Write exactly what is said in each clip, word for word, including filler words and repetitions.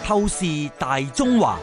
透視大中華。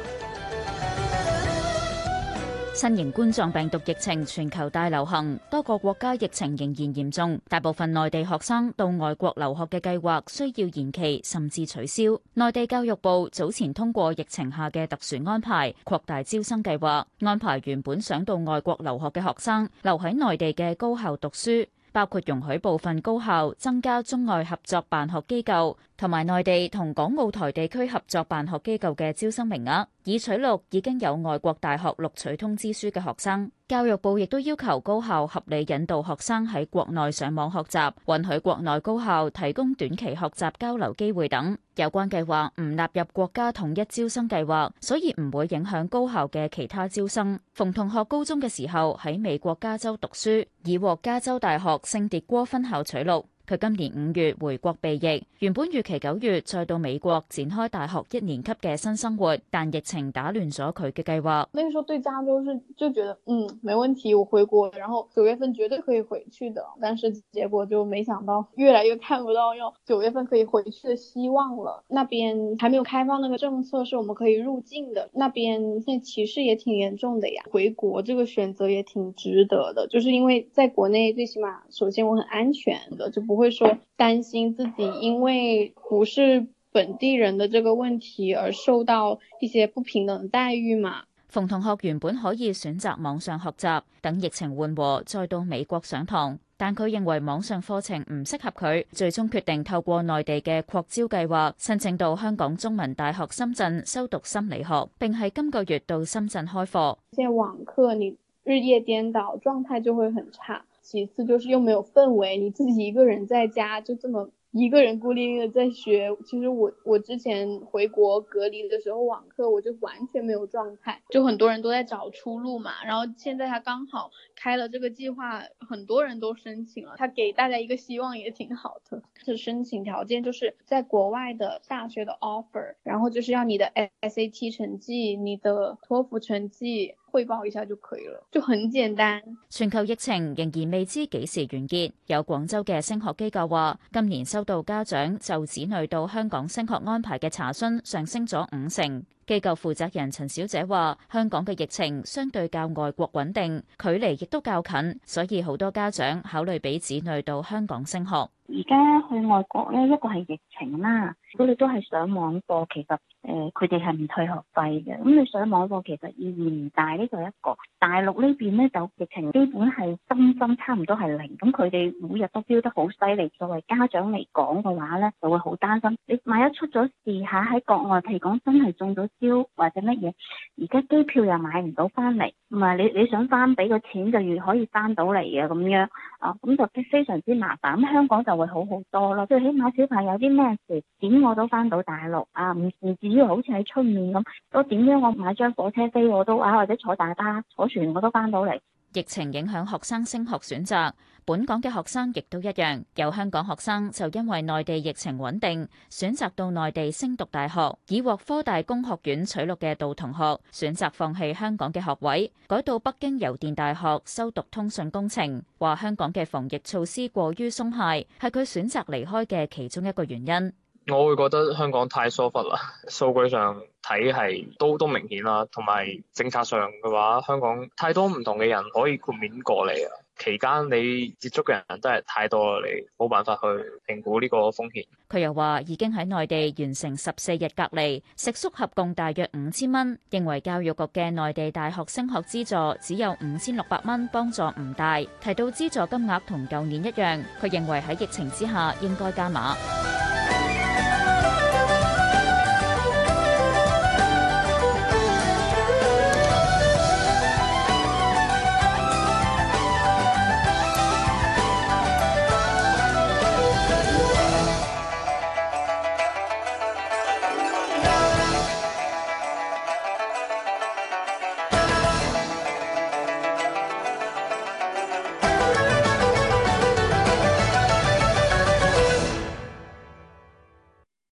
新型冠狀病毒疫情全球大流行，多個國家疫情仍然嚴重，大部分內地學生到外國留學嘅計劃需要延期甚至取消。內地教育部早前通過疫情下嘅特殊安排，擴大招生計劃，安排原本想到外國留學嘅學生留喺內地嘅高校讀書，包括容許部分高校增加中外合作辦學機構同埋內地同港澳台地區合作辦學機構嘅招生名額，以取錄已經有外國大學錄取通知書嘅學生。教育部亦都要求高校合理引導學生喺國內上網學習，允許國內高校提供短期學習交流機會等。有關計劃唔納入國家統一招生計劃，所以唔會影響高校嘅其他招生。馮同學高中嘅時候喺美國加州讀書，已獲加州大學聖迭戈分校取錄。佢今年五月回國避疫，原本預期九月再到美國展開大學一年級嘅新生活，但疫情打亂咗佢嘅計劃。 那個時候對加州是就覺得嗯沒問題，我回國，然後九月份絕對可以回去的，但是結果就沒想到越來越看不到要九月份可以回去的希望了。那邊還沒有開放那個政策是我們可以入境的，那邊現在歧視也挺嚴重的呀。回國這個選擇也挺值得的，就是因為在國內最起碼首先我很安全的，就不不會說擔心自己因為不是本地人的這個問題而受到一些不平等待遇嘛。 馮同學原本可以選擇網上學習，等疫情緩和再到美國上堂，但佢認為網上課程唔適合佢，最終決定透過內地嘅擴招計劃申請到香港中文大學深圳修讀心理學，並係今個月到深圳開課。 現在網課你日夜顛倒，狀態就會很差。其次就是又沒有氛圍，你自己一個人在家就這麼一個人孤零零的在學。其實我我之前回國隔離的時候網課我就完全沒有狀態，就很多人都在找出路嘛。然後現在他剛好開了這個計劃，很多人都申請了，他給大家一個希望也挺好的。是申請條件就是在國外的大學的 offer，然後就是要你的 S A T 成績、你的托福成績匯報一下就可以了，就很簡單。 全球疫情仍然未知幾時完結，有廣州嘅升學機構話，今年收到家長就子女到香港升學安排嘅查詢上升咗五成。機構負責人陳小姐話，香港嘅疫情相對較外國穩定，距離亦都較近，所以好多家長考慮俾子女到香港升學。 而家去外國咧，一個係疫情啦，如果你都係上網課，其實誒佢哋係唔退學費嘅。咁你上網課其實意義唔大，呢個一個。大陸呢邊咧就疫情基本係真心差唔多係零，咁佢哋每日都飆得好犀利。作為家長嚟講嘅話咧，就會好擔心。你萬一出咗事下喺國外，譬如講真係中咗招或者乜嘢，而家機票又買唔到翻嚟，唔係你你想翻俾個錢就越可以翻到嚟嘅咁樣啊，咁就非常之麻煩。咁香港就會好好多咯，即係起碼小朋友有啲咩事點我都翻到大陸啊，唔唔至於好似喺出面咁，都點樣我買張火車飛我都啊，或者坐大巴坐船我都翻到嚟。 疫情影響學生升學選擇，本港嘅學生亦都一樣。有香港學生就因為內地疫情穩定，選擇到內地升讀大學。已獲科大工學院取錄嘅杜同學選擇放棄香港嘅學位，改到北京郵電大學修讀通訊工程。話香港嘅防疫措施過於鬆懈，係佢選擇離開嘅其中一個原因。 我會覺得香港太疏忽啦，數據上睇係都都明顯啦，同埋政策上嘅話，香港太多唔同嘅人可以豁免過嚟啊。期間你接觸嘅人都係太多啦，你冇辦法去評估呢個風險。 佢又話已經喺內地完成十四日隔離，食宿合共大約五千蚊，認為教育局嘅內地大學升學資助只有五千六百蚊，幫助唔大。提到資助金額同舊年一樣，佢認為喺疫情之下應該加碼。